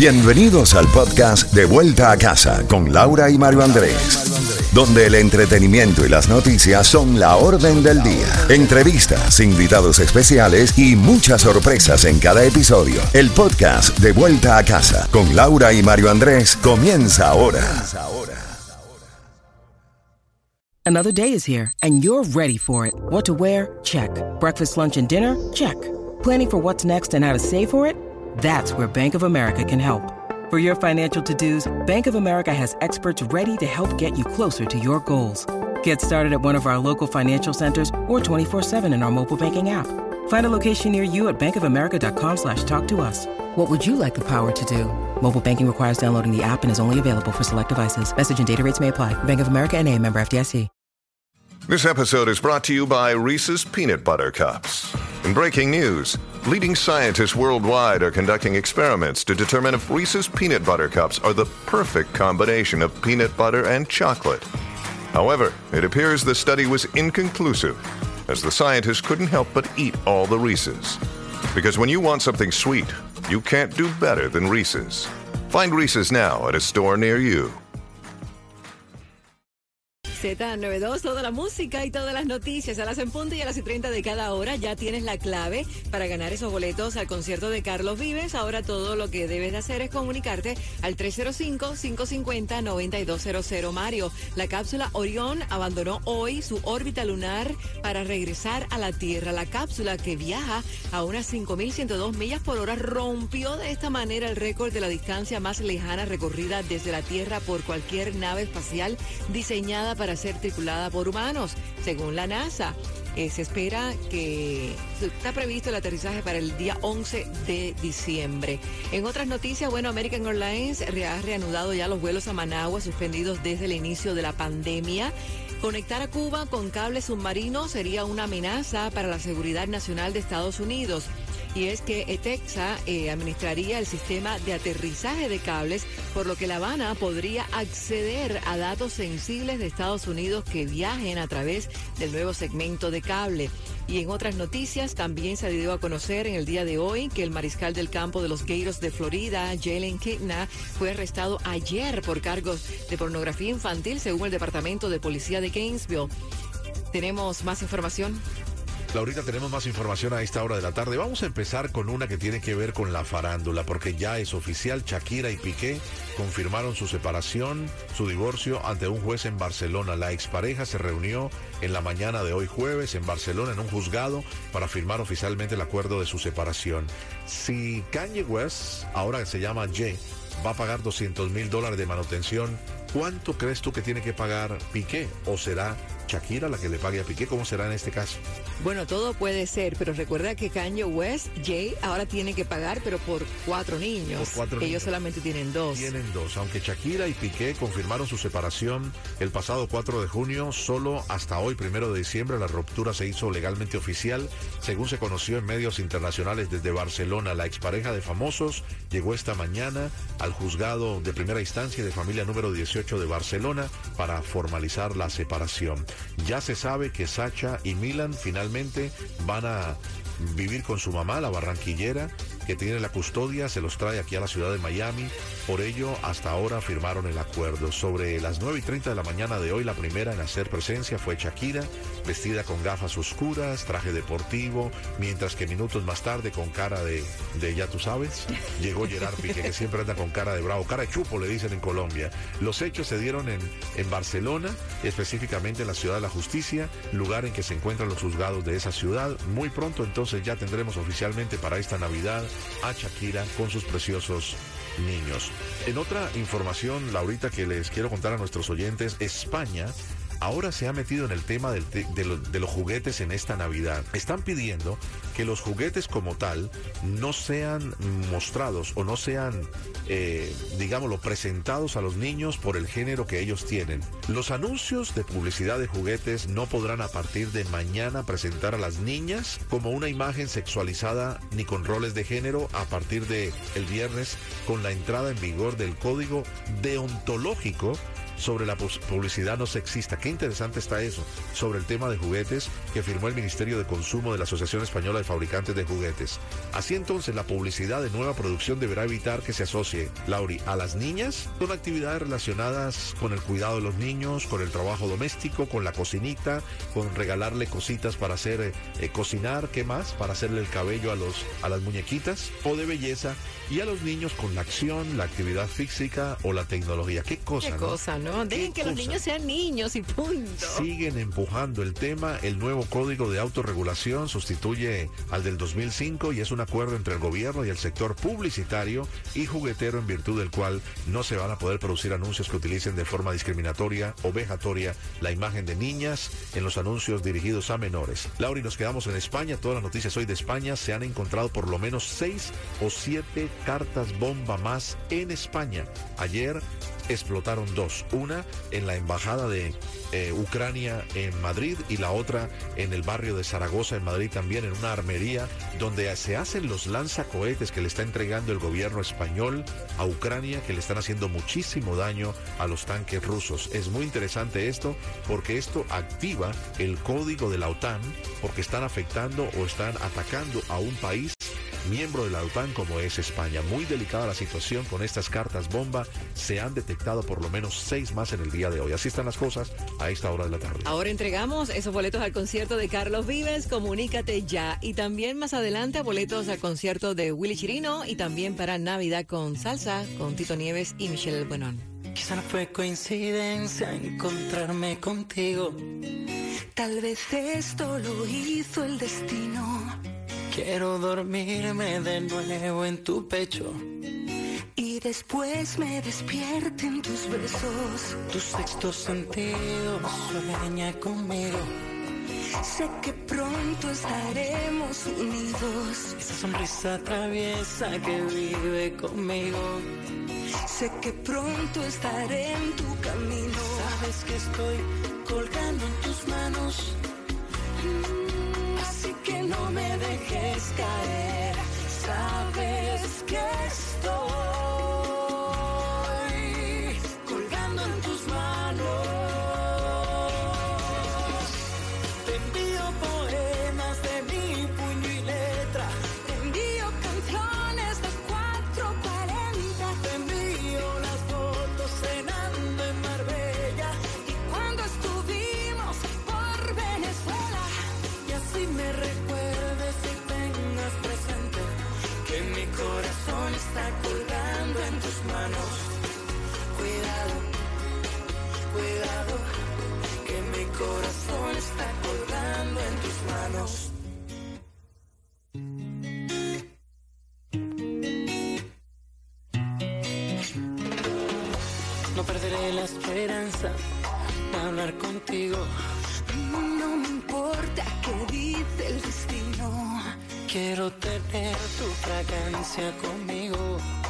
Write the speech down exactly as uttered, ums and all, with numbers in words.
Bienvenidos al podcast De Vuelta a Casa con Laura y Mario Andrés, donde el entretenimiento y las noticias son la orden del día. Entrevistas, invitados especiales y muchas sorpresas en cada episodio. El podcast De Vuelta a Casa con Laura y Mario Andrés comienza ahora. Another day is here and you're ready for it. What to wear? Check. Breakfast, lunch, and dinner? Check. Planning for what's next and how to save for it? That's where Bank of America can help. For your financial to-dos, Bank of America has experts ready to help get you closer to your goals. Get started at one of our local financial centers or twenty-four seven in our mobile banking app. Find a location near you at bankofamerica.com slash talk to us. What would you like the power to do? Mobile banking requires downloading the app and is only available for select devices. Message and data rates may apply. Bank of America N A, member F D I C. This episode is brought to you by Reese's Peanut Butter Cups. In breaking news, leading scientists worldwide are conducting experiments to determine if Reese's Peanut Butter Cups are the perfect combination of peanut butter and chocolate. However, it appears the study was inconclusive, as the scientists couldn't help but eat all the Reese's. Because when you want something sweet, you can't do better than Reese's. Find Reese's now at a store near you. Z noventa y dos, toda la música y todas las noticias a las en punto y a las y treinta de cada hora. Ya tienes la clave para ganar esos boletos al concierto de Carlos Vives. Ahora todo lo que debes de hacer es comunicarte al tres cero cinco, cinco cinco cero, nueve dos cero cero. Mario, la cápsula Orión abandonó hoy su órbita lunar para regresar a la Tierra. La cápsula, que viaja a unas cinco mil ciento dos millas por hora, rompió de esta manera el récord de la distancia más lejana recorrida desde la Tierra por cualquier nave espacial diseñada para ser tripulada por humanos. Según la NASA, eh, se espera que está previsto el aterrizaje para el día once de diciembre. En otras noticias, bueno, American Airlines ha reanudado ya los vuelos a Managua suspendidos desde el inicio de la pandemia. Conectar a Cuba con cables submarinos sería una amenaza para la seguridad nacional de Estados Unidos. Y es que ETEXA eh, administraría el sistema de aterrizaje de cables, por lo que La Habana podría acceder a datos sensibles de Estados Unidos que viajen a través del nuevo segmento de cable. Y en otras noticias, también se dio a conocer en el día de hoy que el mariscal del campo de los Gators de Florida, Jalen Kitna, fue arrestado ayer por cargos de pornografía infantil, según el Departamento de Policía de Gainesville. ¿Tenemos más información? Laurita, tenemos más información a esta hora de la tarde. Vamos a empezar con una que tiene que ver con la farándula, porque ya es oficial. Shakira y Piqué confirmaron su separación, su divorcio ante un juez en Barcelona. La expareja se reunió en la mañana de hoy jueves en Barcelona en un juzgado para firmar oficialmente el acuerdo de su separación. Si Kanye West, ahora que se llama Ye, va a pagar doscientos mil dólares de manutención, ¿cuánto crees tú que tiene que pagar Piqué? ¿O será Shakira la que le pague a Piqué? ¿Cómo será en este caso? Bueno, todo puede ser, pero recuerda que Kanye West, Jay, ahora tiene que pagar, pero por cuatro niños. Por cuatro Ellos niños. solamente tienen dos. Tienen dos. Aunque Shakira y Piqué confirmaron su separación el pasado cuatro de junio, solo hasta hoy, primero de diciembre, la ruptura se hizo legalmente oficial, según se conoció en medios internacionales desde Barcelona. La expareja de famosos llegó esta mañana al juzgado de primera instancia de familia número dieciocho de Barcelona para formalizar la separación. Ya se sabe que Sacha y Milan finalmente van a vivir con su mamá, la barranquillera, que tiene la custodia, se los trae aquí a la ciudad de Miami. Por ello, hasta ahora firmaron el acuerdo. Sobre las nueve y treinta de la mañana de hoy, la primera en hacer presencia fue Shakira, vestida con gafas oscuras, traje deportivo, mientras que minutos más tarde, con cara de, de ya tú sabes, llegó Gerard Piqué, que siempre anda con cara de bravo, cara de chupo le dicen en Colombia. Los hechos se dieron en, en Barcelona, específicamente en la Ciudad de la Justicia, lugar en que se encuentran los juzgados de esa ciudad. Muy pronto entonces ya tendremos oficialmente para esta Navidad a Shakira con sus preciosos niños. En otra información, Laurita, que les quiero contar a nuestros oyentes, España ahora se ha metido en el tema del te de, lo de los juguetes en esta Navidad. Están pidiendo que los juguetes como tal no sean mostrados o no sean, eh, digámoslo, presentados a los niños por el género que ellos tienen. Los anuncios de publicidad de juguetes no podrán a partir de mañana presentar a las niñas como una imagen sexualizada ni con roles de género a partir de el viernes, con la entrada en vigor del código deontológico sobre la publicidad no sexista. Qué interesante está eso, sobre el tema de juguetes que firmó el Ministerio de Consumo de la Asociación Española de Fabricantes de Juguetes. Así entonces, la publicidad de nueva producción deberá evitar que se asocie, Lauri, a las niñas con actividades relacionadas con el cuidado de los niños, con el trabajo doméstico, con la cocinita, con regalarle cositas para hacer eh, eh, cocinar, ¿qué más? Para hacerle el cabello a los a las muñequitas, o de belleza, y a los niños con la acción, la actividad física o la tecnología. Qué cosa, Qué ¿no? cosa, ¿no? Dejen que cosa? los niños sean niños y punto. Siguen empujando el tema. El nuevo Código de Autorregulación sustituye al del dos mil cinco y es un acuerdo entre el gobierno y el sector publicitario y juguetero, en virtud del cual no se van a poder producir anuncios que utilicen de forma discriminatoria o vejatoria la imagen de niñas en los anuncios dirigidos a menores. Lauri, nos quedamos en España. Todas las noticias hoy de España. Se han encontrado por lo menos seis o siete cartas bomba más en España. Ayer explotaron dos, una en la embajada de eh, Ucrania en Madrid y la otra en el barrio de Zaragoza en Madrid, también en una armería donde se hacen los lanzacohetes que le está entregando el gobierno español a Ucrania, que le están haciendo muchísimo daño a los tanques rusos. Es muy interesante esto porque esto activa el código de la OTAN, porque están afectando o están atacando a un país miembro de la OTAN como es España. Muy delicada la situación con estas cartas bomba. Se han detectado por lo menos seis más en el día de hoy. Así están las cosas a esta hora de la tarde. Ahora entregamos esos boletos al concierto de Carlos Vives. Comunícate ya. Y también más adelante boletos al concierto de Willy Chirino y también para Navidad con Salsa con Tito Nieves y Michelle Buenón. Quizá no fue coincidencia encontrarme contigo. Tal vez esto lo hizo el destino. Quiero dormirme de nuevo en tu pecho y después me despierten tus besos. Tu sexto sentido sueña conmigo. Sé que pronto estaremos unidos. Esa sonrisa traviesa que vive conmigo. Sé que pronto estaré en tu camino. Sabes que estoy colgando en tus manos. Así que no me dejes caer. Sabes que estoy colgando en tus manos. Te envío poemas de mi puño y letra. Te envío canciones de cuatro cuarenta. Te envío las fotos cenando en Marbella y cuando estuvimos por Venezuela. Y así me recuerdes y tengas presente que mi corazón está colgando en tus manos. Cuidado, cuidado, que mi corazón está colgando en tus manos. No perderé la esperanza de hablar contigo. No me importa qué dice el destino. Quiero tener tu fragancia conmigo.